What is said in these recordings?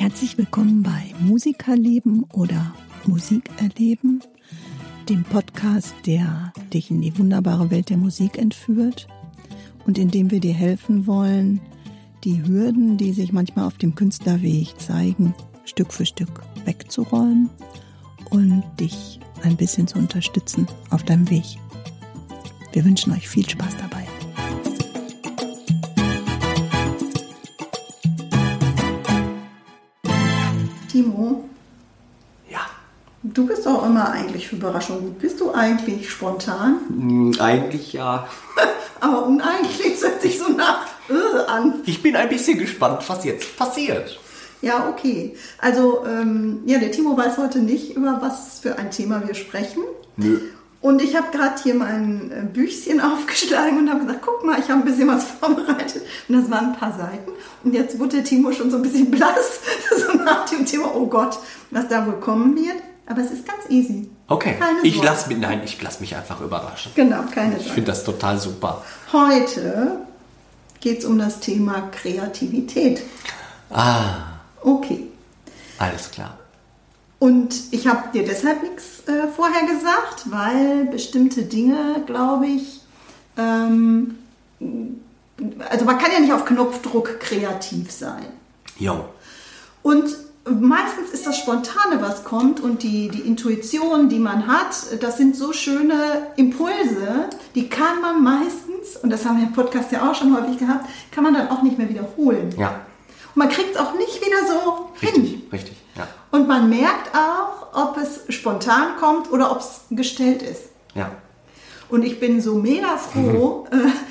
Herzlich willkommen bei Musikerleben oder Musikerleben, dem Podcast, der dich in die wunderbare Welt der Musik entführt und in dem wir dir helfen wollen, die Hürden, die sich manchmal auf dem Künstlerweg zeigen, Stück für Stück wegzuräumen und dich ein bisschen zu unterstützen auf deinem Weg. Wir wünschen euch viel Spaß dabei. Timo? Ja. Du bist doch immer eigentlich für Überraschungen gut. Bist du eigentlich spontan? Eigentlich ja. Aber uneigentlich hört sich so nach an. Ich bin ein bisschen gespannt, was jetzt passiert. Ja, okay. Also, der Timo weiß heute nicht, über was für ein Thema wir sprechen. Nö. Und ich habe gerade hier mein Büchchen aufgeschlagen und habe gesagt, guck mal, ich habe ein bisschen was vorbereitet. Und das waren ein paar Seiten. Und jetzt wurde der Timo schon so ein bisschen blass, so nach dem Thema, oh Gott, was da wohl kommen wird. Aber es ist ganz easy. Okay, keine ich Sorge. lass mich einfach überraschen. Genau, keine Sorge. Ich finde das total super. Heute geht es um das Thema Kreativität. Okay. Alles klar. Und ich habe dir deshalb nichts vorher gesagt, weil bestimmte Dinge, glaube ich, also man kann ja nicht auf Knopfdruck kreativ sein. Jo. Und meistens ist das Spontane, was kommt, und die Intuition, die man hat, das sind so schöne Impulse, die kann man meistens, und das haben wir im Podcast ja auch schon häufig gehabt, kann man dann auch nicht mehr wiederholen. Ja. Und man kriegt es auch nicht wieder so hin. Richtig, ja. Und man merkt auch, ob es spontan kommt oder ob es gestellt ist. Ja. Und ich bin so mega froh,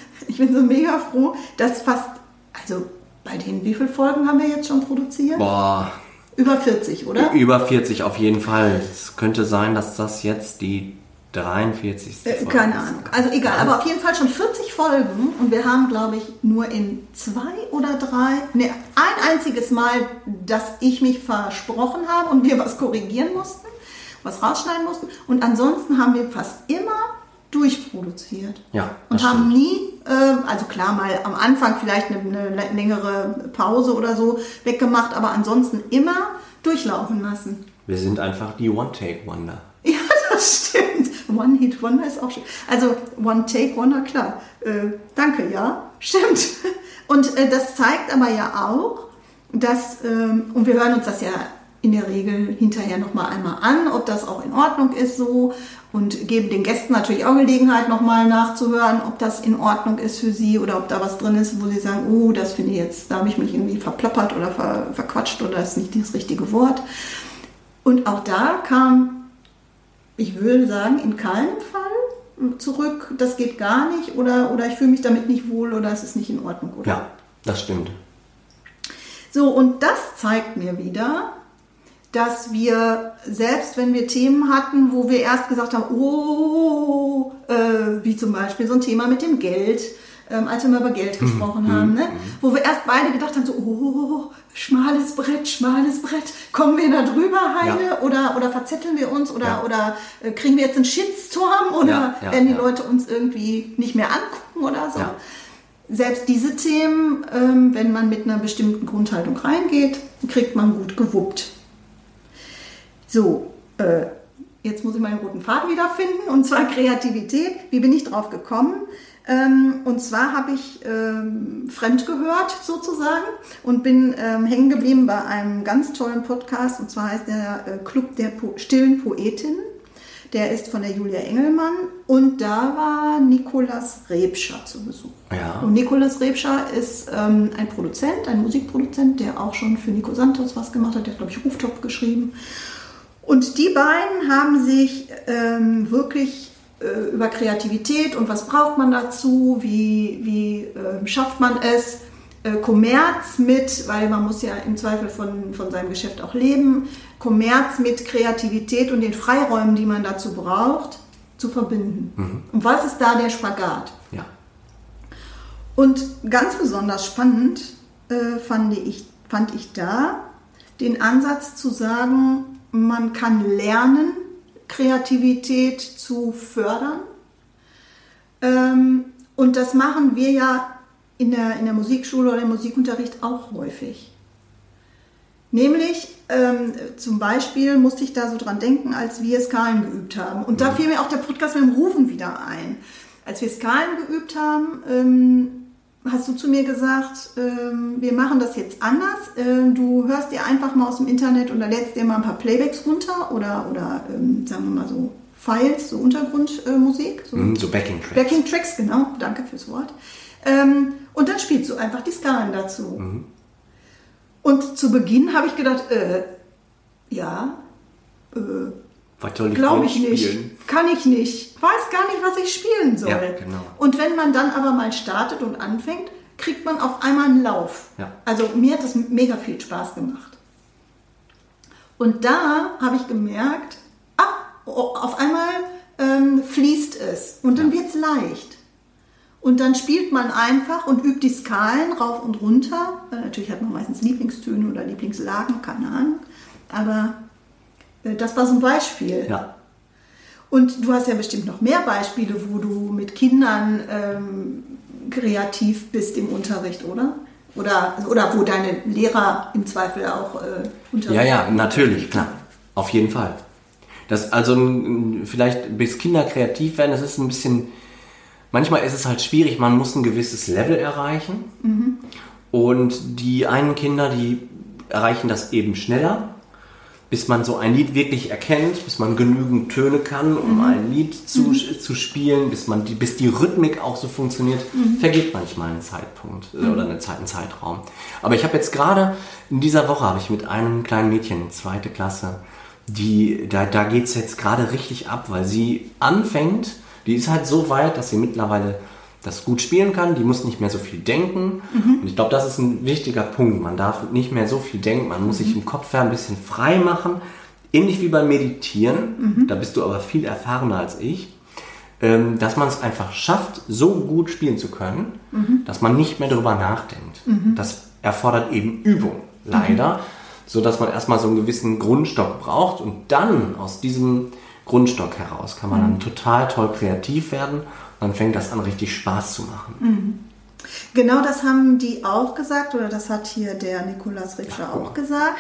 dass fast, also bei den, wie viele Folgen haben wir jetzt schon produziert? Boah. Über 40, oder? Über 40 auf jeden Fall. Es könnte sein, dass das jetzt die 43. Folge ist. Keine Ahnung. Also egal, aber auf jeden Fall schon 40 Folgen. Und wir haben, glaube ich, nur in 2 oder 3, ein einziges Mal, dass ich mich versprochen habe und wir was korrigieren mussten, was rausschneiden mussten. Und ansonsten haben wir fast immer durchproduziert. Ja, und das haben stimmt. nie, also klar mal am Anfang vielleicht eine längere Pause oder so weggemacht, aber ansonsten immer durchlaufen lassen. Wir sind einfach die One-Take-Wonder. Ja, das stimmt. One-Hit-Wonder ist auch schön. Also One-Take-Wonder, klar. Danke, ja, stimmt. Und das zeigt aber ja auch, dass, und wir hören uns das ja in der Regel hinterher nochmal einmal an, ob das auch in Ordnung ist so, und geben den Gästen natürlich auch Gelegenheit, nochmal nachzuhören, ob das in Ordnung ist für sie oder ob da was drin ist, wo sie sagen, oh, das finde ich jetzt, da habe ich mich irgendwie verplappert oder verquatscht oder das ist nicht das richtige Wort. Und auch da kam, ich würde sagen, in keinem Fall zurück, das geht gar nicht oder ich fühle mich damit nicht wohl oder es ist nicht in Ordnung, oder? Ja, das stimmt. So, und das zeigt mir wieder, dass wir, selbst wenn wir Themen hatten, wo wir erst gesagt haben, wie zum Beispiel so ein Thema mit dem Geld, als wir mal über Geld gesprochen haben, ne? Wo wir erst beide gedacht haben, so, schmales Brett, kommen wir da drüber, Heide, Ja. oder verzetteln wir uns, oder kriegen wir jetzt einen Shitstorm, oder werden die Leute uns irgendwie nicht mehr angucken oder so. Ja. Selbst diese Themen, wenn man mit einer bestimmten Grundhaltung reingeht, kriegt man gut gewuppt. So, jetzt muss ich meinen roten Faden wiederfinden, und zwar Kreativität. Wie bin ich drauf gekommen? Und zwar habe ich fremd gehört sozusagen und bin hängen geblieben bei einem ganz tollen Podcast, und zwar heißt der Club der stillen Poetinnen. Der ist von der Julia Engelmann, und da war Nicolas Rebscher zu Besuch. Ja. Und Nicolas Rebscher ist ein Produzent, ein Musikproduzent, der auch schon für Nico Santos was gemacht hat. Der hat, glaube ich, Rooftop geschrieben. Und die beiden haben sich wirklich über Kreativität und was braucht man dazu, wie schafft man es, Kommerz mit, weil man muss ja im Zweifel von seinem Geschäft auch leben, Kommerz mit Kreativität und den Freiräumen, die man dazu braucht, zu verbinden. Mhm. Und was ist da der Spagat? Ja. Und ganz besonders spannend fand ich da den Ansatz zu sagen, man kann lernen, Kreativität zu fördern. Und das machen wir ja in der Musikschule oder im Musikunterricht auch häufig. Nämlich, zum Beispiel musste ich da so dran denken, als wir Skalen geübt haben. Und da fiel mir auch der Podcast mit dem Rufen wieder ein. Als wir Skalen geübt haben, hast du zu mir gesagt, wir machen das jetzt anders. Du hörst dir einfach mal aus dem Internet und da lädst dir mal ein paar Playbacks runter oder sagen wir mal so Files, so Untergrundmusik. So Backing Tracks. Backing Tracks, genau. Danke fürs Wort. Und dann spielst du einfach die Skalen dazu. Und zu Beginn habe ich gedacht, glaube ich nicht, kann ich nicht, weiß gar nicht, was ich spielen soll. Ja, genau. Und wenn man dann aber mal startet und anfängt, kriegt man auf einmal einen Lauf. Ja. Also mir hat das mega viel Spaß gemacht. Und da habe ich gemerkt, auf einmal fließt es und dann wird es leicht. Und dann spielt man einfach und übt die Skalen rauf und runter. Natürlich hat man meistens Lieblingstöne oder Lieblingslagen, keine Ahnung. Aber das war so ein Beispiel. Ja. Und du hast ja bestimmt noch mehr Beispiele, wo du mit Kindern kreativ bist im Unterricht, oder? Oder wo deine Lehrer im Zweifel auch unterrichten. Ja, natürlich, klar. Auf jeden Fall. Das also vielleicht bis Kinder kreativ werden, das ist ein bisschen... Manchmal ist es halt schwierig, man muss ein gewisses Level erreichen und die einen Kinder, die erreichen das eben schneller, bis man so ein Lied wirklich erkennt, bis man genügend Töne kann, um ein Lied zu spielen, bis die Rhythmik auch so funktioniert, vergeht manchmal ein Zeitpunkt oder ein Zeitraum. Aber ich habe jetzt gerade in dieser Woche habe ich mit einem kleinen Mädchen, 2. Klasse, da geht es jetzt gerade richtig ab, weil sie anfängt. Die ist halt so weit, dass sie mittlerweile das gut spielen kann. Die muss nicht mehr so viel denken. Und ich glaube, das ist ein wichtiger Punkt. Man darf nicht mehr so viel denken. Man muss sich im Kopf ein bisschen frei machen. Ähnlich wie beim Meditieren. Da bist du aber viel erfahrener als ich. Dass man es einfach schafft, so gut spielen zu können, dass man nicht mehr darüber nachdenkt. Das erfordert eben Übung, leider. So dass man erstmal so einen gewissen Grundstock braucht. Und dann aus diesem Grundstock heraus kann man dann total toll kreativ werden und dann fängt das an, richtig Spaß zu machen. Genau, das haben die auch gesagt oder das hat hier der Nikolaus Ritscher auch gesagt.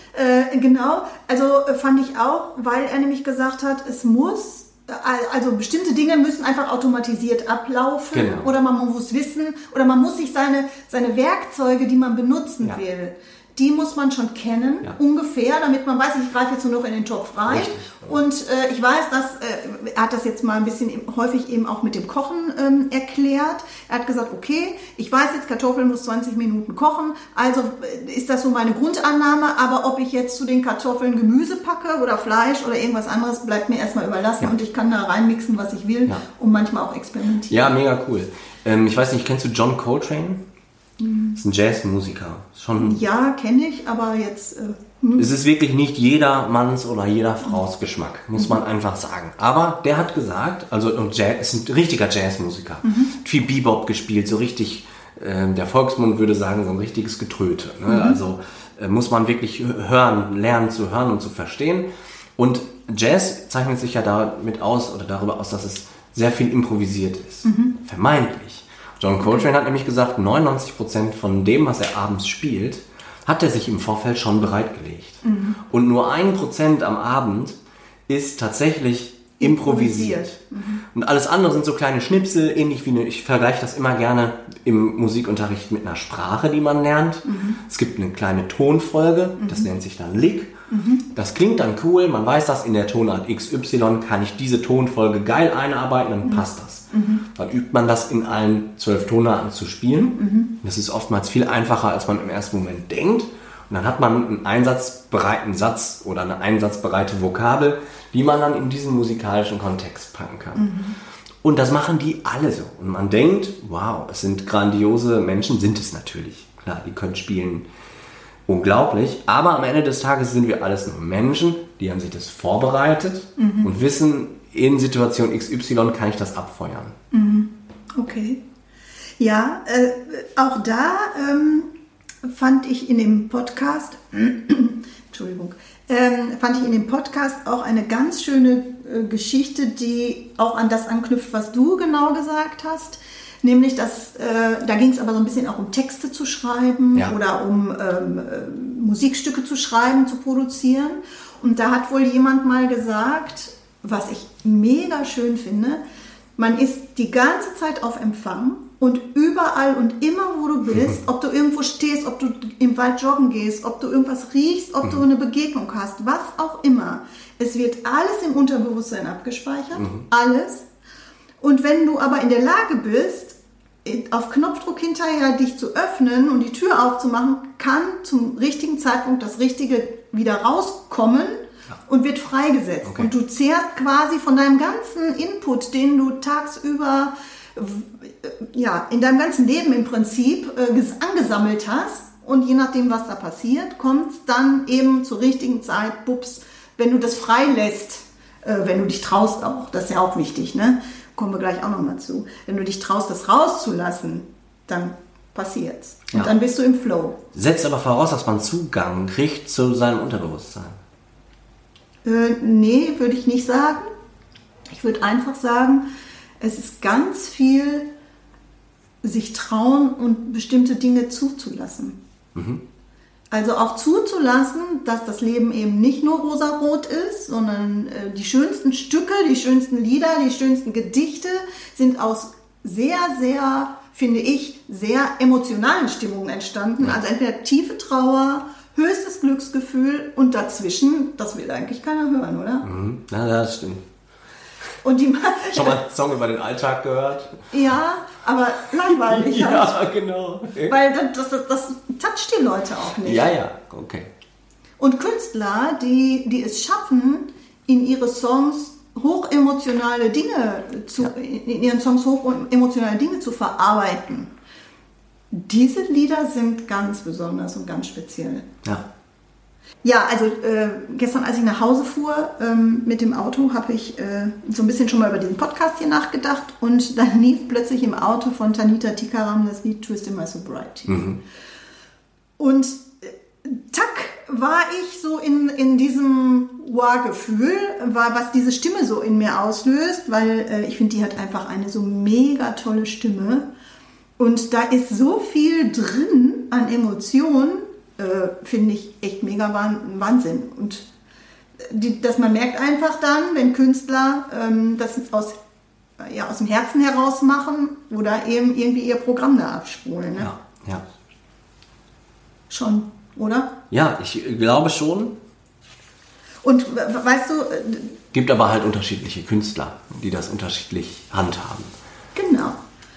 Genau, also fand ich auch, weil er nämlich gesagt hat, es muss, also bestimmte Dinge müssen einfach automatisiert ablaufen oder man muss wissen oder man muss sich seine Werkzeuge, die man benutzen will, die muss man schon kennen, ungefähr, damit man weiß, ich greife jetzt nur noch in den Topf rein. Richtig. Und ich weiß, dass er hat das jetzt mal ein bisschen häufig eben auch mit dem Kochen erklärt. Er hat gesagt, okay, ich weiß jetzt, Kartoffeln muss 20 Minuten kochen, also ist das so meine Grundannahme, aber ob ich jetzt zu den Kartoffeln Gemüse packe oder Fleisch oder irgendwas anderes, bleibt mir erstmal überlassen und ich kann da reinmixen, was ich will und manchmal auch experimentieren. Ja, mega cool. Ich weiß nicht, kennst du John Coltrane? Das ist ein Jazzmusiker. Ja, kenne ich, aber jetzt... Es ist wirklich nicht jedermanns oder jeder Fraus Geschmack, muss man einfach sagen. Aber der hat gesagt, ist ein richtiger Jazzmusiker. Viel Bebop gespielt, so richtig, der Volksmund würde sagen, so ein richtiges Getröte. Ne? Also muss man wirklich lernen zu hören und zu verstehen. Und Jazz zeichnet sich ja darüber aus, dass es sehr viel improvisiert ist. Vermeintlich. John Coltrane hat nämlich gesagt, 99% von dem, was er abends spielt, hat er sich im Vorfeld schon bereitgelegt. Und nur 1% am Abend ist tatsächlich improvisiert. Und alles andere sind so kleine Schnipsel, ähnlich wie ich vergleiche das immer gerne im Musikunterricht mit einer Sprache, die man lernt. Es gibt eine kleine Tonfolge, das nennt sich dann Lick. Das klingt dann cool, man weiß, dass in der Tonart XY kann ich diese Tonfolge geil einarbeiten, dann passt das. Dann übt man das in allen 12 Tonarten zu spielen. Das ist oftmals viel einfacher, als man im ersten Moment denkt. Und dann hat man einen einsatzbereiten Satz oder eine einsatzbereite Vokabel, die man dann in diesen musikalischen Kontext packen kann. Und das machen die alle so. Und man denkt, wow, es sind grandiose Menschen, sind es natürlich. Klar, die können spielen unglaublich. Aber am Ende des Tages sind wir alles nur Menschen, die haben sich das vorbereitet und wissen, in Situation XY kann ich das abfeuern. Okay. Ja, auch da fand ich in dem Podcast, fand ich in dem Podcast auch eine ganz schöne Geschichte, die auch an das anknüpft, was du genau gesagt hast. Nämlich, da ging es aber so ein bisschen auch um Texte zu schreiben oder um Musikstücke zu schreiben, zu produzieren. Und da hat wohl jemand mal gesagt, was ich mega schön finde, man ist die ganze Zeit auf Empfang und überall und immer, wo du bist, ob du irgendwo stehst, ob du im Wald joggen gehst, ob du irgendwas riechst, ob du eine Begegnung hast, was auch immer. Es wird alles im Unterbewusstsein abgespeichert, alles. Und wenn du aber in der Lage bist, auf Knopfdruck hinterher dich zu öffnen und die Tür aufzumachen, kann zum richtigen Zeitpunkt das Richtige wieder rauskommen und wird freigesetzt. Okay. Und du zehrst quasi von deinem ganzen Input, den du tagsüber in deinem ganzen Leben im Prinzip angesammelt hast. Und je nachdem, was da passiert, kommt es dann eben zur richtigen Zeit, bups, wenn du das freilässt, wenn du dich traust auch. Das ist ja auch wichtig, ne? Kommen wir gleich auch nochmal zu. Wenn du dich traust, das rauszulassen, dann passiert's. Und dann bist du im Flow. Setzt aber voraus, dass man Zugang kriegt zu seinem Unterbewusstsein. Nee, würde ich nicht sagen. Ich würde einfach sagen, es ist ganz viel sich trauen und bestimmte Dinge zuzulassen. Also auch zuzulassen, dass das Leben eben nicht nur rosarot ist, sondern die schönsten Stücke, die schönsten Lieder, die schönsten Gedichte sind aus sehr, sehr, finde ich, sehr emotionalen Stimmungen entstanden. Also entweder tiefe Trauer, höchstes Glücksgefühl und dazwischen, das will eigentlich keiner hören, oder? Ja, das stimmt. Und schon mal einen Song über den Alltag gehört? Ja, aber langweilig halt. Ja, genau. Okay. Weil das toucht die Leute auch nicht. Ja, okay. Und Künstler, die es schaffen, in ihre Songs hochemotionale Dinge in ihren Songs hochemotionale Dinge zu verarbeiten, diese Lieder sind ganz besonders und ganz speziell. Ja, also gestern, als ich nach Hause fuhr mit dem Auto, habe ich so ein bisschen schon mal über diesen Podcast hier nachgedacht und dann lief plötzlich im Auto von Tanita Tikaram das Lied Twisted My Sobriety. Und tack war ich so in diesem Gefühl, was diese Stimme so in mir auslöst, weil ich finde, die hat einfach eine so mega tolle Stimme und da ist so viel drin an Emotionen, finde ich echt mega Wahnsinn. Und dass man merkt einfach dann, wenn Künstler das aus dem Herzen heraus machen oder eben irgendwie ihr Programm da abspulen. Ne? Ja. Schon, oder? Ja, ich glaube schon. Und weißt du... Gibt aber halt unterschiedliche Künstler, die das unterschiedlich handhaben. Genau.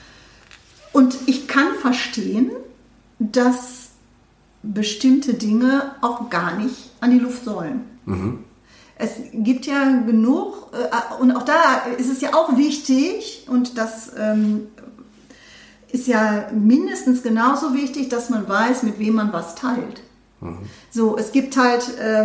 Und ich kann verstehen, dass bestimmte Dinge auch gar nicht an die Luft sollen. Es gibt ja genug, und auch da ist es ja auch wichtig, und das ist ja mindestens genauso wichtig, dass man weiß, mit wem man was teilt. So, es gibt halt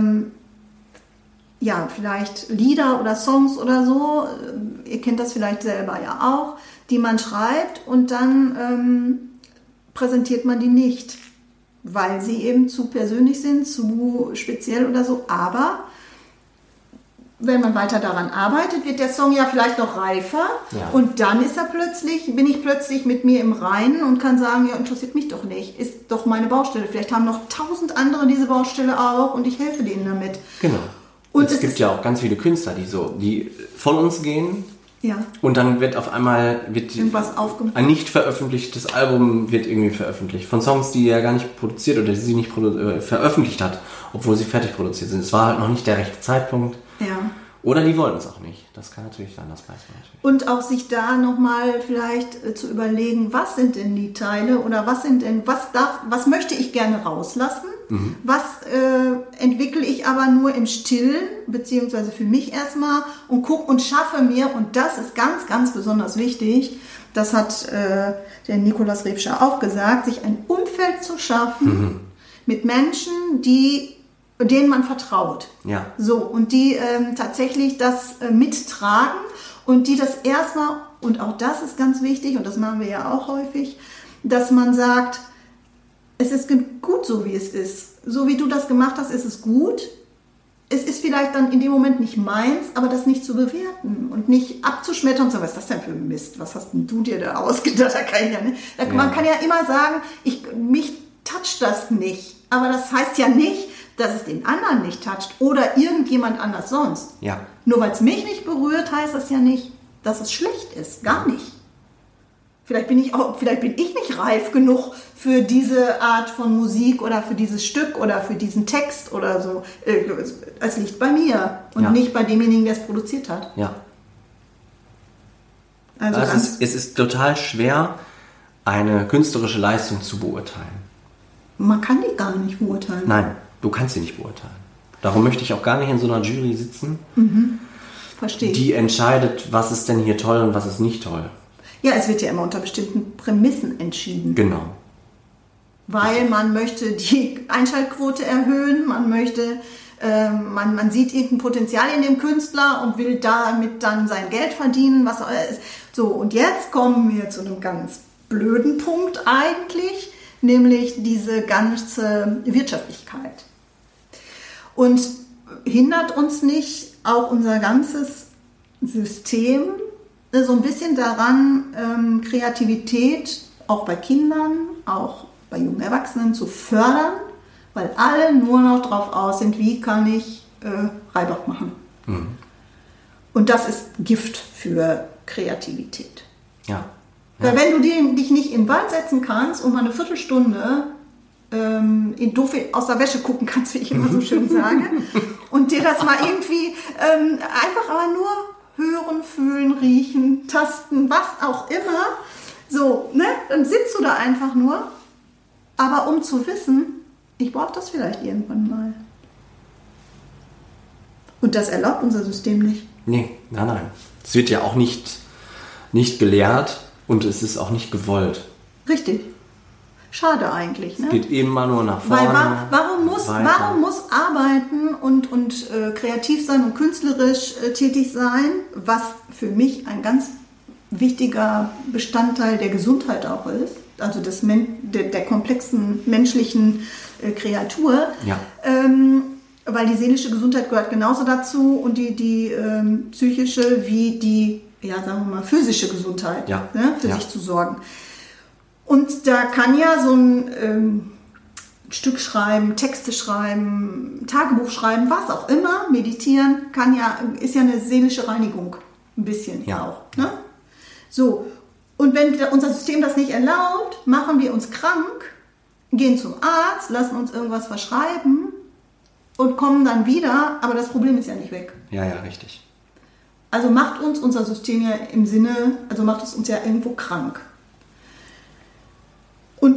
vielleicht Lieder oder Songs oder so, ihr kennt das vielleicht selber ja auch, die man schreibt und dann präsentiert man die nicht, weil sie eben zu persönlich sind, zu speziell oder so. Aber wenn man weiter daran arbeitet, wird der Song ja vielleicht noch reifer und dann bin ich plötzlich mit mir im Reinen und kann sagen, ja, interessiert mich doch nicht, ist doch meine Baustelle. Vielleicht haben noch 1000 andere diese Baustelle auch und ich helfe denen damit. Genau. Und es gibt ja auch ganz viele Künstler, die von uns gehen. Ja. Und dann wird auf einmal irgendwas aufgemacht. Ein nicht veröffentlichtes Album wird irgendwie veröffentlicht. Von Songs, die er gar nicht produziert oder die sie nicht veröffentlicht hat, obwohl sie fertig produziert sind. Es war halt noch nicht der rechte Zeitpunkt. Ja. Oder die wollten es auch nicht. Das kann natürlich sein, das weiß man natürlich. Und auch sich da nochmal vielleicht zu überlegen, was sind denn die Teile oder was möchte ich gerne rauslassen? Was entwickle ich aber nur im Stillen, beziehungsweise für mich erstmal und schaffe mir, und das ist ganz, ganz besonders wichtig, das hat der Nikolaus Rebscher auch gesagt, sich ein Umfeld zu schaffen mit Menschen, denen man vertraut. Ja. So, und die tatsächlich das mittragen und die das erstmal, und auch das ist ganz wichtig, und das machen wir ja auch häufig, dass man sagt, es ist gut so, wie es ist. So wie du das gemacht hast, ist es gut. es ist vielleicht dann in dem Moment nicht meins, aber das nicht zu bewerten und nicht abzuschmettern und zu sagen, was ist das denn für ein Mist? Was hast denn du dir da ausgedacht? Man kann ja immer sagen, mich toucht das nicht. Aber das heißt ja nicht, dass es den anderen nicht toucht oder irgendjemand anders sonst. Ja. Nur weil es mich nicht berührt, heißt das ja nicht, dass es schlecht ist. Gar nicht. Vielleicht bin ich nicht reif genug für diese Art von Musik oder für dieses Stück oder für diesen Text oder so. Es liegt bei mir und nicht bei demjenigen, der es produziert hat. Ja. Also es ist total schwer, eine künstlerische Leistung zu beurteilen. Man kann die gar nicht beurteilen. Nein, du kannst sie nicht beurteilen. Darum möchte ich auch gar nicht in so einer Jury sitzen, Verstehe. die entscheidet, was ist denn hier toll und was ist nicht toll. Ja, es wird ja immer unter bestimmten Prämissen entschieden. Genau. Weil man möchte die Einschaltquote erhöhen, man möchte, man sieht irgendein Potenzial in dem Künstler und will damit dann sein Geld verdienen, was auch ist. So, und jetzt kommen wir zu einem ganz blöden Punkt eigentlich, nämlich diese ganze Wirtschaftlichkeit. Und hindert uns nicht auch unser ganzes System so ein bisschen daran, Kreativität auch bei Kindern, auch bei jungen Erwachsenen zu fördern, weil alle nur noch drauf aus sind, wie kann ich Reibach machen. Und das ist Gift für Kreativität. Ja. Weil wenn du dich nicht in den Wald setzen kannst und mal eine Viertelstunde doof aus der Wäsche gucken kannst, wie ich immer so schön sage, und dir das mal irgendwie einfach aber nur hören, fühlen, riechen, tasten, was auch immer, so, ne, dann sitzt du da einfach nur, aber um zu wissen, ich brauche das vielleicht irgendwann mal. Und das erlaubt unser System nicht. Nee, nein. Es wird ja auch nicht gelehrt und es ist auch nicht gewollt. Richtig. Schade eigentlich. Ne? Es geht immer nur nach vorne. Weil warum muss Arbeiten und kreativ sein und künstlerisch tätig sein, was für mich ein ganz wichtiger Bestandteil der Gesundheit auch ist, also der komplexen menschlichen Kreatur, weil die seelische Gesundheit gehört genauso dazu und die psychische wie die, sagen wir mal, physische Gesundheit, für sich zu sorgen. Und da kann ja so ein Stück schreiben, Texte schreiben, Tagebuch schreiben, was auch immer, meditieren, ist ja eine seelische Reinigung, ein bisschen auch. Ne? So, und wenn unser System das nicht erlaubt, machen wir uns krank, gehen zum Arzt, lassen uns irgendwas verschreiben und kommen dann wieder, aber das Problem ist ja nicht weg. Ja, richtig. Also macht uns unser System ja macht es uns ja irgendwo krank. Und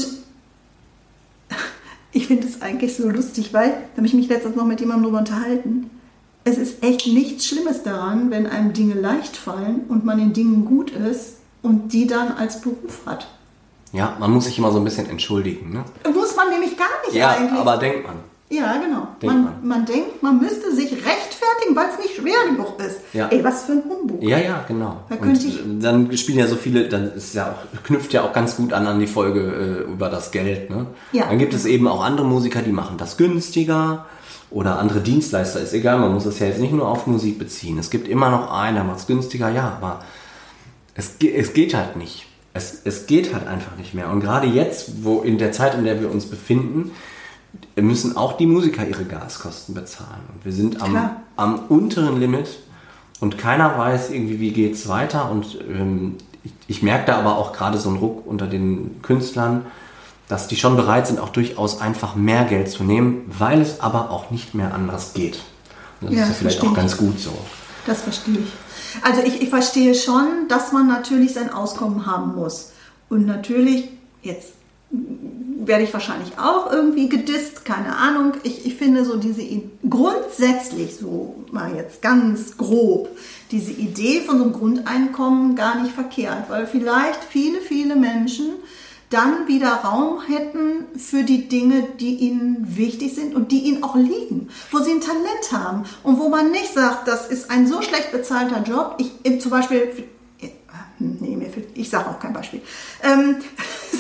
ich finde es eigentlich so lustig, weil, da habe ich mich letztens noch mit jemandem darüber unterhalten, es ist echt nichts Schlimmes daran, wenn einem Dinge leicht fallen und man in Dingen gut ist und die dann als Beruf hat. Ja, man muss sich immer so ein bisschen entschuldigen. Ne? Muss man nämlich gar nicht eigentlich. Ja, aber denkt man. Ja, genau. Man denkt, man müsste sich rechtfertigen, weil es nicht schwer genug ist. Ja. Ey, was für ein Humbug. Ja, genau. Dann spielen ja so viele, knüpft ja auch ganz gut an die Folge über das Geld. Ne? Ja. Dann gibt es eben auch andere Musiker, die machen das günstiger oder andere Dienstleister. Ist egal, man muss das ja jetzt nicht nur auf Musik beziehen. Es gibt immer noch einen, der macht es günstiger, aber es geht halt nicht. Es geht halt einfach nicht mehr. Und gerade jetzt, wo in der Zeit, in der wir uns befinden, müssen auch die Musiker ihre Gaskosten bezahlen. Und wir sind am unteren Limit und keiner weiß irgendwie, wie geht es weiter. Und ich merke da aber auch gerade so einen Ruck unter den Künstlern, dass die schon bereit sind, auch durchaus einfach mehr Geld zu nehmen, weil es aber auch nicht mehr anders geht. Und das ist ja vielleicht auch ganz gut so. Das verstehe ich. Also ich verstehe schon, dass man natürlich sein Auskommen haben muss. Und natürlich, jetzt werde ich wahrscheinlich auch irgendwie gedisst, keine Ahnung. Ich finde so grundsätzlich, so mal jetzt ganz grob, diese Idee von so einem Grundeinkommen gar nicht verkehrt, weil vielleicht viele, viele Menschen dann wieder Raum hätten für die Dinge, die ihnen wichtig sind und die ihnen auch liegen, wo sie ein Talent haben und wo man nicht sagt, das ist ein so schlecht bezahlter Job. Ich sage auch kein Beispiel.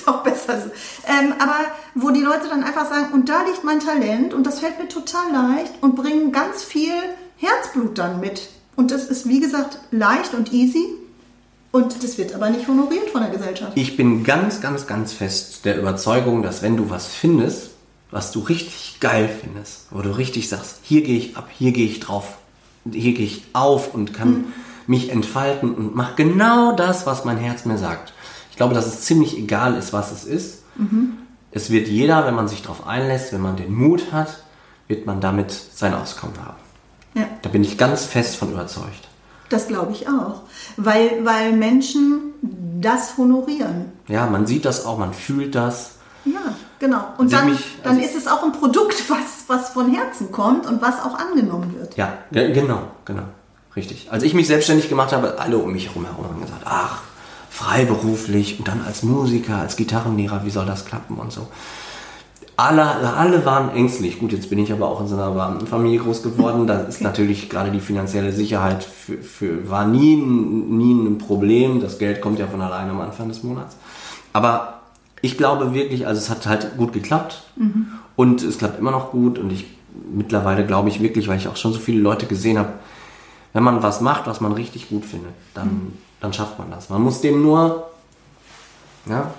auch besser so. Aber wo die Leute dann einfach sagen, und da liegt mein Talent und das fällt mir total leicht und bringen ganz viel Herzblut dann mit. Und das ist, wie gesagt, leicht und easy. Und das wird aber nicht honoriert von der Gesellschaft. Ich bin ganz, ganz, ganz fest der Überzeugung, dass wenn du was findest, was du richtig geil findest, wo du richtig sagst, hier gehe ich ab, hier gehe ich drauf, hier gehe ich auf und kann mich entfalten und mache genau das, was mein Herz mir sagt. Ich glaube, dass es ziemlich egal ist, was es ist. Es wird jeder, wenn man sich darauf einlässt, wenn man den Mut hat, wird man damit sein Auskommen haben. Ja. Da bin ich ganz fest von überzeugt. Das glaube ich auch. Weil Menschen das honorieren. Ja, man sieht das auch, man fühlt das. Ja, genau. Und dann ist es auch ein Produkt, was von Herzen kommt und was auch angenommen wird. Ja, genau. Richtig. Als ich mich selbstständig gemacht habe, alle um mich herum haben gesagt, ach, freiberuflich und dann als Musiker, als Gitarrenlehrer, wie soll das klappen und so. Alle waren ängstlich. Gut, jetzt bin ich aber auch in so einer Beamtenfamilie groß geworden. Da ist natürlich gerade die finanzielle Sicherheit war nie ein Problem. Das Geld kommt ja von alleine am Anfang des Monats. Aber ich glaube wirklich, also es hat halt gut geklappt und es klappt immer noch gut. Und mittlerweile glaube ich wirklich, weil ich auch schon so viele Leute gesehen habe, wenn man was macht, was man richtig gut findet, dann schafft man das. Man muss dem nur, ja,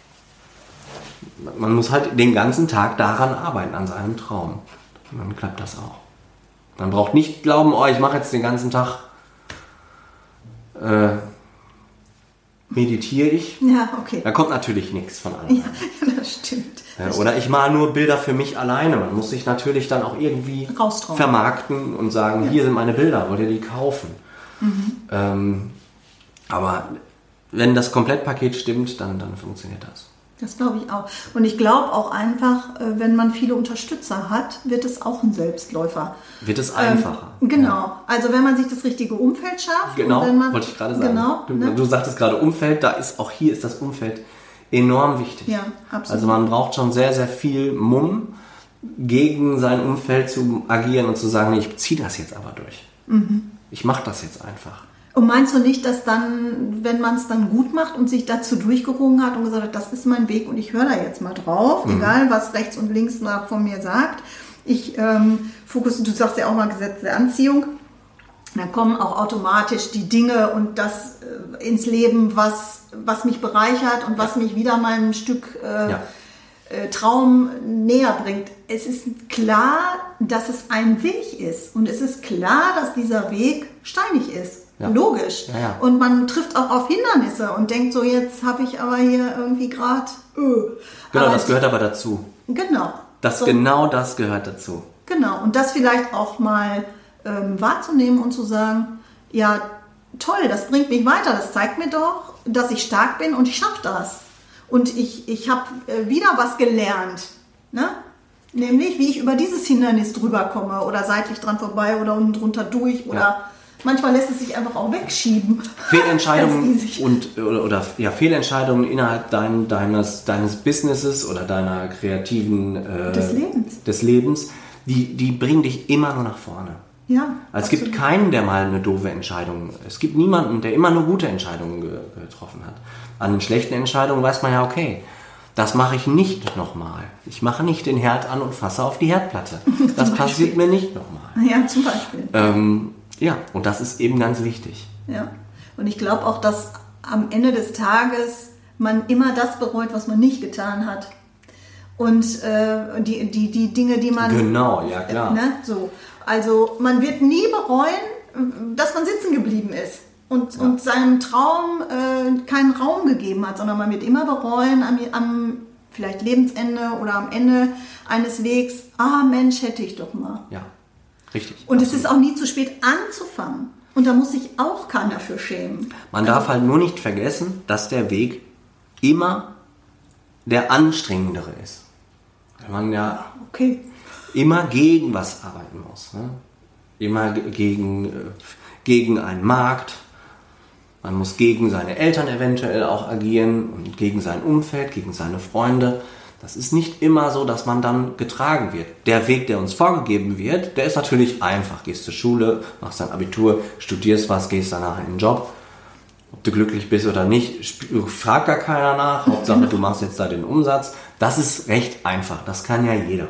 man muss halt den ganzen Tag daran arbeiten, an seinem Traum. Und dann klappt das auch. Man braucht nicht glauben, ich mache jetzt den ganzen Tag, meditiere ich. Ja, okay. Da kommt natürlich nichts von anderen. Ja, das stimmt. Oder ich male nur Bilder für mich alleine. Man muss sich natürlich dann auch irgendwie raustrauen, vermarkten und sagen, hier sind meine Bilder, wollt ihr die kaufen? Aber wenn das Komplettpaket stimmt, dann funktioniert das. Das glaube ich auch. Und ich glaube auch einfach, wenn man viele Unterstützer hat, wird es auch ein Selbstläufer. Wird es einfacher. Genau. Ja. Also wenn man sich das richtige Umfeld schafft. Genau, und wenn man, wollte ich gerade sagen. Genau, du sagtest gerade Umfeld, hier ist das Umfeld enorm wichtig. Ja, absolut. Also man braucht schon sehr, sehr viel Mumm, gegen sein Umfeld zu agieren und zu sagen, nee, ich ziehe das jetzt aber durch. Ich mache das jetzt einfach. Und meinst du nicht, dass dann, wenn man es dann gut macht und sich dazu durchgerungen hat und gesagt hat, das ist mein Weg und ich höre da jetzt mal drauf, egal was rechts und links von mir sagt, du sagst ja auch mal Gesetz der Anziehung, dann kommen auch automatisch die Dinge und das ins Leben, was mich bereichert und was mich wieder mal ein Stück Traum näher bringt. Es ist klar, dass es ein Weg ist und es ist klar, dass dieser Weg steinig ist. Ja. Logisch. Ja. Und man trifft auch auf Hindernisse und denkt so, jetzt habe ich aber hier irgendwie gerade... Genau, das gehört aber dazu. Genau. Genau das gehört dazu. Genau, und das vielleicht auch mal wahrzunehmen und zu sagen, ja, toll, das bringt mich weiter, das zeigt mir doch, dass ich stark bin und ich schaffe das. Und ich habe wieder was gelernt, ne? Nämlich, wie ich über dieses Hindernis drüber komme oder seitlich dran vorbei oder unten drunter durch oder... Manchmal lässt es sich einfach auch wegschieben. Fehlentscheidungen Fehlentscheidungen innerhalb deines Businesses oder deiner kreativen des Lebens, die bringen dich immer nur nach vorne. Ja, also es gibt keinen, der mal eine doofe Entscheidung. Es gibt niemanden, der immer nur gute Entscheidungen getroffen hat. An den schlechten Entscheidungen weiß man ja, okay, das mache ich nicht nochmal. Ich mache nicht den Herd an und fasse auf die Herdplatte. Das passiert mir nicht nochmal. Ja, zum Beispiel. Ja, und das ist eben ganz wichtig. Ja, und ich glaube auch, dass am Ende des Tages man immer das bereut, was man nicht getan hat. Und die Dinge, die man... Genau, ja klar. So. Also man wird nie bereuen, dass man sitzen geblieben ist und seinem Traum keinen Raum gegeben hat, sondern man wird immer bereuen am vielleicht Lebensende oder am Ende eines Wegs, Mensch, hätte ich doch mal. Ja. Richtig. Und es ist auch nie zu spät anzufangen. Und da muss sich auch keiner für schämen. Man darf halt nur nicht vergessen, dass der Weg immer der anstrengendere ist. Weil man immer gegen was arbeiten muss. Ne? Immer gegen einen Markt. Man muss gegen seine Eltern eventuell auch agieren und gegen sein Umfeld, gegen seine Freunde. Das ist nicht immer so, dass man dann getragen wird. Der Weg, der uns vorgegeben wird, der ist natürlich einfach. Gehst zur Schule, machst dein Abitur, studierst was, gehst danach in den Job ob du glücklich bist oder nicht, fragt gar keiner nach. Hauptsache, du machst jetzt da den Umsatz. Das ist recht einfach. Das kann ja jeder.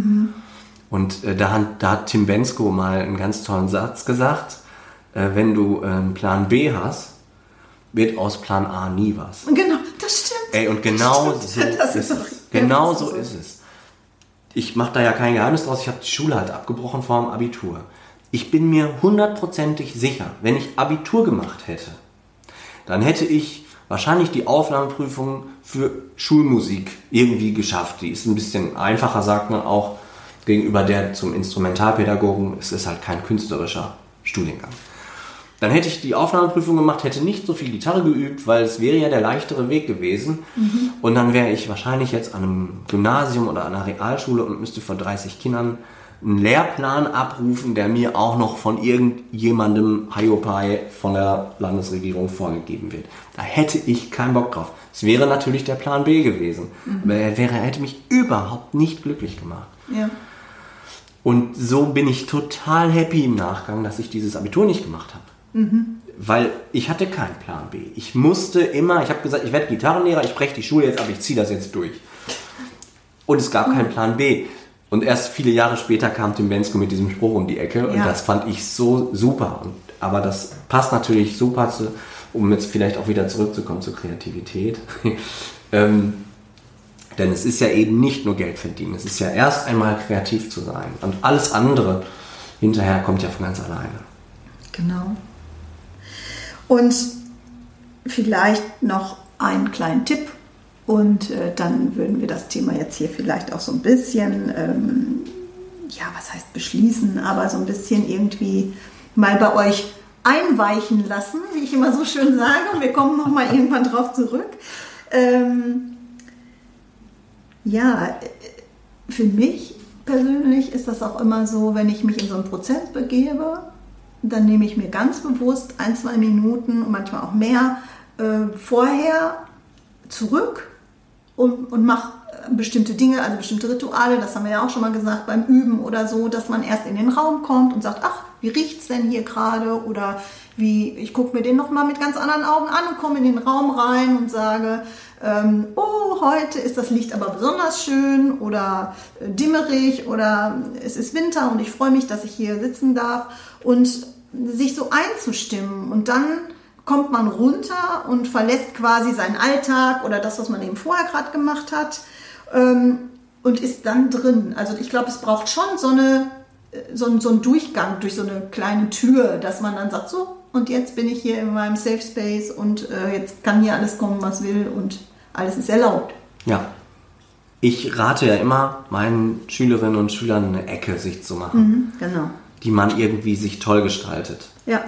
Und da hat Tim Bendzko mal einen ganz tollen Satz gesagt. Wenn du Plan B hast, wird aus Plan A nie was. Genau, das stimmt. Ey, und genau so ist es. Genau so ist es. Ich mache da ja kein Geheimnis draus. Ich habe die Schule halt abgebrochen vor dem Abitur. Ich bin mir 100%ig sicher, wenn ich Abitur gemacht hätte, dann hätte ich wahrscheinlich die Aufnahmeprüfung für Schulmusik irgendwie geschafft. Die ist ein bisschen einfacher, sagt man auch, gegenüber der zum Instrumentalpädagogen. Es ist halt kein künstlerischer Studiengang. Dann hätte ich die Aufnahmeprüfung gemacht, hätte nicht so viel Gitarre geübt, weil es wäre ja der leichtere Weg gewesen. Und dann wäre ich wahrscheinlich jetzt an einem Gymnasium oder an einer Realschule und müsste vor 30 Kindern einen Lehrplan abrufen, der mir auch noch von irgendjemandem Hiopai von der Landesregierung vorgegeben wird. Da hätte ich keinen Bock drauf. Es wäre natürlich der Plan B gewesen. Aber er hätte mich überhaupt nicht glücklich gemacht. Ja. Und so bin ich total happy im Nachgang, dass ich dieses Abitur nicht gemacht habe. Weil ich hatte keinen Plan B. Ich habe gesagt, ich werde Gitarrenlehrer, ich breche die Schule jetzt ab, ich ziehe das jetzt durch. Und es gab keinen Plan B. Und erst viele Jahre später kam Tim Bendzko mit diesem Spruch um die Ecke und das fand ich so super. Aber das passt natürlich super, um jetzt vielleicht auch wieder zurückzukommen zur Kreativität. Denn es ist ja eben nicht nur Geld verdienen, es ist ja erst einmal kreativ zu sein. Und alles andere hinterher kommt ja von ganz alleine. Genau. Und vielleicht noch einen kleinen Tipp und dann würden wir das Thema jetzt hier vielleicht auch so ein bisschen, was heißt beschließen, aber so ein bisschen irgendwie mal bei euch einweichen lassen, wie ich immer so schön sage. Und wir kommen nochmal irgendwann drauf zurück. Für mich persönlich ist das auch immer so, wenn ich mich in so einen Prozess begebe, dann nehme ich mir ganz bewusst 1-2 Minuten und manchmal auch mehr vorher zurück und mache bestimmte Dinge, also bestimmte Rituale, das haben wir ja auch schon mal gesagt beim Üben oder so, dass man erst in den Raum kommt und sagt, ach, wie riecht's denn hier gerade? Oder ich gucke mir den nochmal mit ganz anderen Augen an und komme in den Raum rein und sage, heute ist das Licht aber besonders schön oder dimmerig oder es ist Winter und ich freue mich, dass ich hier sitzen darf, und sich so einzustimmen, und dann kommt man runter und verlässt quasi seinen Alltag oder das, was man eben vorher gerade gemacht hat, und ist dann drin. Also ich glaube, es braucht schon so einen Durchgang durch so eine kleine Tür, dass man dann sagt, so, und jetzt bin ich hier in meinem Safe Space und jetzt kann hier alles kommen, was will, und alles ist erlaubt. Ja. Ich rate ja immer meinen Schülerinnen und Schülern eine Ecke sich zu machen. Genau. Die man irgendwie sich toll gestaltet. Ja.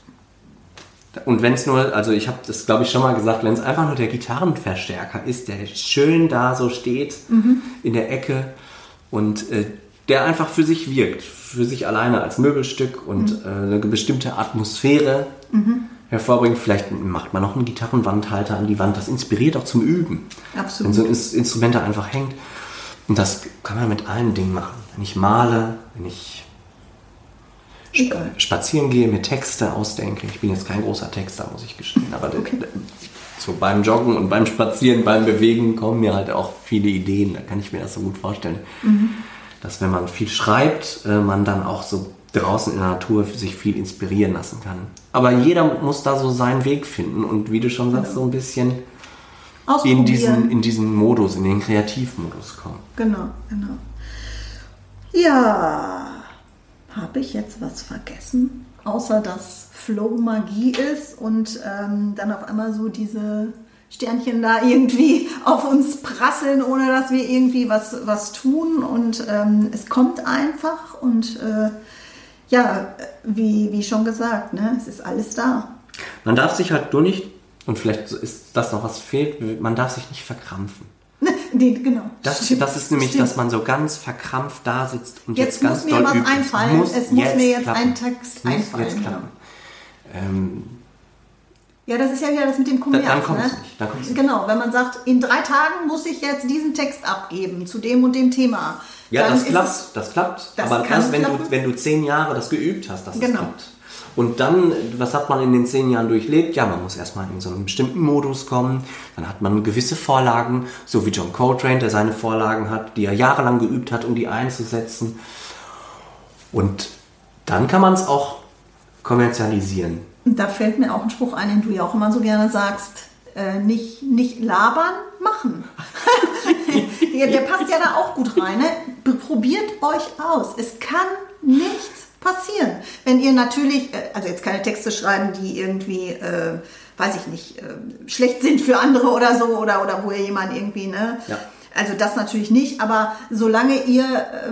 Und wenn es nur, also ich habe das glaube ich schon mal gesagt, wenn es einfach nur der Gitarrenverstärker ist, der schön da so steht in der Ecke und der einfach für sich wirkt, für sich alleine als Möbelstück und eine bestimmte Atmosphäre hervorbringt. Vielleicht macht man noch einen Gitarrenwandhalter an die Wand, das inspiriert auch zum Üben. Absolut. Wenn so ein Instrument da einfach hängt. Und das kann man mit allen Dingen machen. Wenn ich male, wenn ich spazieren gehe, mir Texte ausdenke. Ich bin jetzt kein großer Texter, muss ich gestehen, aber so beim Joggen und beim Spazieren, beim Bewegen kommen mir halt auch viele Ideen. Da kann ich mir das so gut vorstellen, dass wenn man viel schreibt, man dann auch so draußen in der Natur sich viel inspirieren lassen kann. Aber jeder muss da so seinen Weg finden und wie du schon sagst, so ein bisschen in diesen Modus, in den Kreativmodus kommen. Genau. Ja, habe ich jetzt was vergessen? Außer dass Flow Magie ist und dann auf einmal so diese Sternchen da irgendwie auf uns prasseln, ohne dass wir irgendwie was tun, und es kommt einfach und wie schon gesagt, ne, es ist alles da. Man darf sich halt nur nicht, und vielleicht ist das noch was fehlt, man darf sich nicht verkrampfen. Nee, genau. Das ist nämlich, dass man so ganz verkrampft da sitzt und jetzt ganz doll übt. Jetzt muss mir was einfallen. Es muss mir jetzt ein Text einfallen. Jetzt klappen. Ja, das ist ja wieder das mit dem Kommerz. Dann kommt es nicht. Genau, wenn man sagt, in 3 Tagen muss ich jetzt diesen Text abgeben zu dem und dem Thema. Ja, das klappt. Aber erst wenn du 10 Jahre das geübt hast, dass es klappt. Und dann, was hat man in den 10 Jahren durchlebt? Ja, man muss erstmal in so einen bestimmten Modus kommen. Dann hat man gewisse Vorlagen, so wie John Coltrane, der seine Vorlagen hat, die er jahrelang geübt hat, um die einzusetzen. Und dann kann man es auch kommerzialisieren. Da fällt mir auch ein Spruch ein, den du ja auch immer so gerne sagst. Nicht labern, machen. Der passt ja da auch gut rein. Ne? Probiert euch aus. Es kann nichts passieren. Wenn ihr natürlich, also jetzt keine Texte schreiben, die irgendwie, weiß ich nicht, schlecht sind für andere oder so, oder wo ihr jemanden irgendwie, ne? Ja. Also das natürlich nicht, aber solange ihr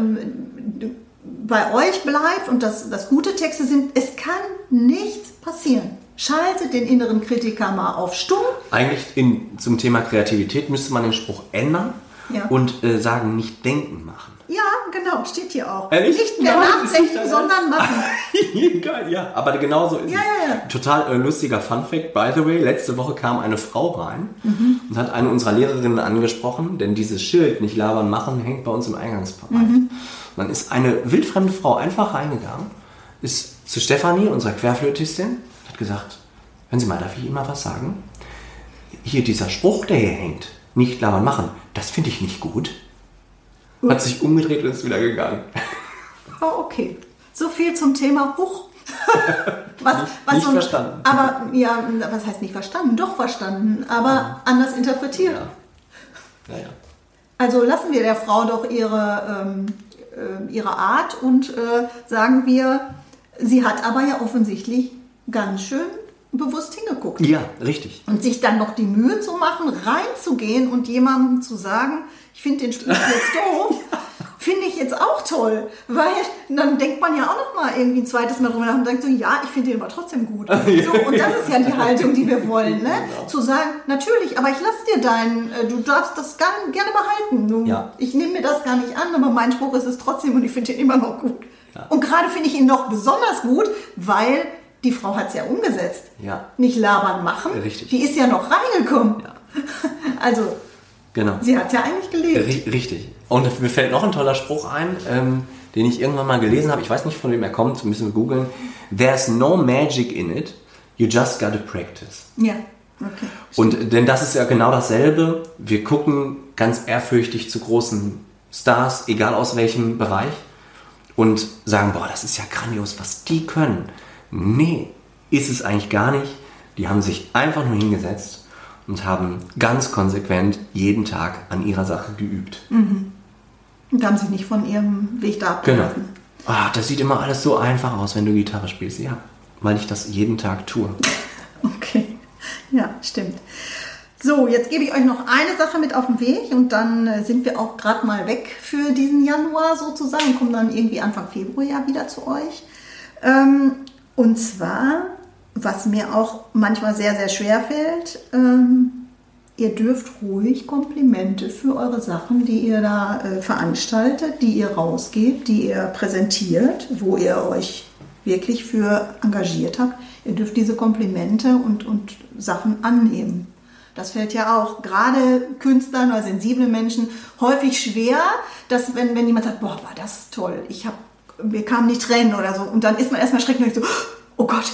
bei euch bleibt und das gute Texte sind, es kann nichts passieren. Schaltet den inneren Kritiker mal auf stumm. Eigentlich zum Thema Kreativität müsste man den Spruch ändern und sagen, nicht denken, machen. Ja, genau, steht hier auch. Ehrlich? Nicht mehr nachdenken, sondern machen. Geil, ja. Aber genau so ist es. Total lustiger Funfact, by the way. Letzte Woche kam eine Frau rein und hat eine unserer Lehrerinnen angesprochen, denn dieses Schild, nicht labern, machen, hängt bei uns im Eingangsbereich. Dann ist eine wildfremde Frau einfach reingegangen, ist zu Stefanie, unserer Querflötistin, hat gesagt, hören Sie mal, darf ich Ihnen mal was sagen? Hier dieser Spruch, der hier hängt, nicht labern, machen, das finde ich nicht gut. Hat sich umgedreht und ist wieder gegangen. Oh, okay. So viel zum Thema Huch. Nicht verstanden. Aber, ja, was heißt nicht verstanden? Doch verstanden, aber anders interpretiert. Ja. Also lassen wir der Frau doch ihre Art und sagen wir, sie hat aber ja offensichtlich ganz schön bewusst hingeguckt. Ja, richtig. Und sich dann noch die Mühe zu machen, reinzugehen und jemandem zu sagen, ich finde den Spruch jetzt doof, finde ich jetzt auch toll, weil dann denkt man ja auch noch mal irgendwie ein zweites Mal drüber nach und denkt so, ja, ich finde den aber trotzdem gut. So, und das ist ja die Haltung, die wir wollen, ne? Genau. Zu sagen, natürlich, aber ich lasse dir du darfst das gerne behalten. Ich nehme mir das gar nicht an, aber mein Spruch ist es trotzdem und ich finde den immer noch gut. Ja. Und gerade finde ich ihn noch besonders gut, weil die Frau hat es ja umgesetzt. Ja. Nicht labern, machen. Richtig. Die ist ja noch reingekommen. Ja. Also, genau. Sie hat es ja eigentlich gelebt. Richtig. Und mir fällt noch ein toller Spruch ein, den ich irgendwann mal gelesen habe. Ich weiß nicht, von wem er kommt, müssen wir googeln. There's no magic in it, you just gotta practice. Ja, okay. Und denn das ist ja genau dasselbe. Wir gucken ganz ehrfürchtig zu großen Stars, egal aus welchem Bereich, und sagen, boah, das ist ja grandios, was die können. Nee, ist es eigentlich gar nicht. Die haben sich einfach nur hingesetzt und haben ganz konsequent jeden Tag an ihrer Sache geübt. Mhm. Und haben sich nicht von ihrem Weg da abgelassen. Genau. Das sieht immer alles so einfach aus, wenn du Gitarre spielst. Ja, weil ich das jeden Tag tue. Okay, ja, stimmt. So, jetzt gebe ich euch noch eine Sache mit auf den Weg und dann sind wir auch gerade mal weg für diesen Januar sozusagen, kommen dann irgendwie Anfang Februar ja wieder zu euch. Und zwar, was mir auch manchmal sehr, sehr schwer fällt, ihr dürft ruhig Komplimente für eure Sachen, die ihr da veranstaltet, die ihr rausgebt, die ihr präsentiert, wo ihr euch wirklich für engagiert habt. Ihr dürft diese Komplimente und Sachen annehmen. Das fällt ja auch gerade Künstlern oder sensiblen Menschen häufig schwer, dass wenn jemand sagt, boah, war das toll, mir kamen die Tränen oder so. Und dann ist man erstmal schrecklich so, oh Gott,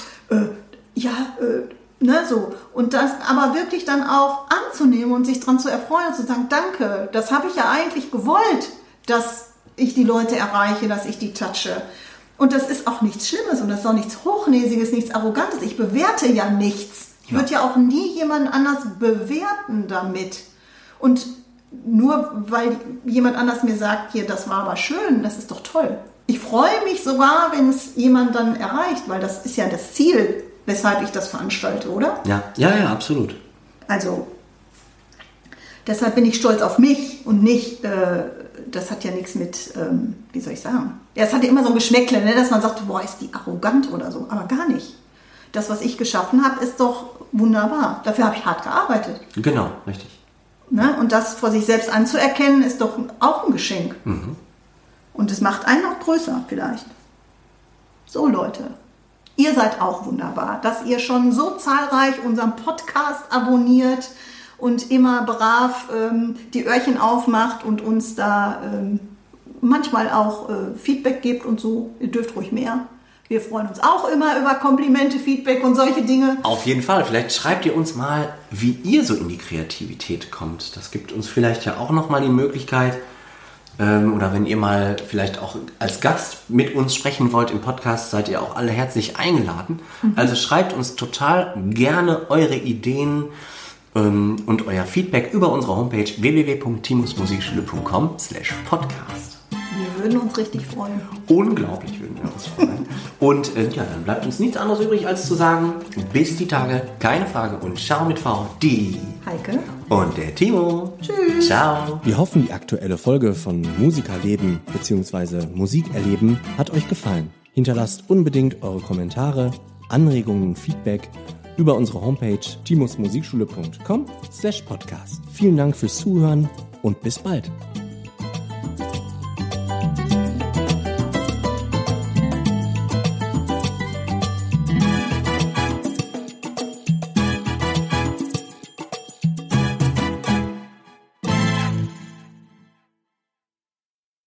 so. Und das aber wirklich dann auch anzunehmen und sich dran zu erfreuen und zu sagen, danke, das habe ich ja eigentlich gewollt, dass ich die Leute erreiche, dass ich die touche. Und das ist auch nichts Schlimmes und das ist auch nichts Hochnäsiges, nichts Arrogantes. Ich bewerte ja nichts. Ich würde ja auch nie jemanden anders bewerten damit. Und nur weil jemand anders mir sagt, hier, das war aber schön, das ist doch toll. Ich freue mich sogar, wenn es jemand dann erreicht, weil das ist ja das Ziel, weshalb ich das veranstalte, oder? Ja, absolut. Also, deshalb bin ich stolz auf mich und nicht, das hat ja nichts mit, wie soll ich sagen? Ja, es hat ja immer so ein Geschmäckle, ne, dass man sagt, boah, ist die arrogant oder so, aber gar nicht. Das, was ich geschaffen habe, ist doch wunderbar. Dafür habe ich hart gearbeitet. Genau, richtig. Ne? Und das vor sich selbst anzuerkennen, ist doch auch ein Geschenk. Mhm. Und es macht einen auch größer vielleicht. So, Leute, ihr seid auch wunderbar, dass ihr schon so zahlreich unseren Podcast abonniert und immer brav die Öhrchen aufmacht und uns da manchmal auch Feedback gebt und so. Ihr dürft ruhig mehr. Wir freuen uns auch immer über Komplimente, Feedback und solche Dinge. Auf jeden Fall. Vielleicht schreibt ihr uns mal, wie ihr so in die Kreativität kommt. Das gibt uns vielleicht ja auch nochmal die Möglichkeit, oder wenn ihr mal vielleicht auch als Gast mit uns sprechen wollt im Podcast, seid ihr auch alle herzlich eingeladen. Also schreibt uns total gerne eure Ideen und euer Feedback über unsere Homepage www.timusmusikschule.com/podcast. Wir würden uns richtig freuen. Unglaublich würden wir uns freuen. Und dann bleibt uns nichts anderes übrig, als zu sagen, bis die Tage, keine Frage und ciao mit V, die Heike und der Timo. Tschüss. Ciao. Wir hoffen, die aktuelle Folge von Musikerleben bzw. Musikerleben hat euch gefallen. Hinterlasst unbedingt eure Kommentare, Anregungen und Feedback über unsere Homepage timusmusikschule.com/podcast. Vielen Dank fürs Zuhören und bis bald.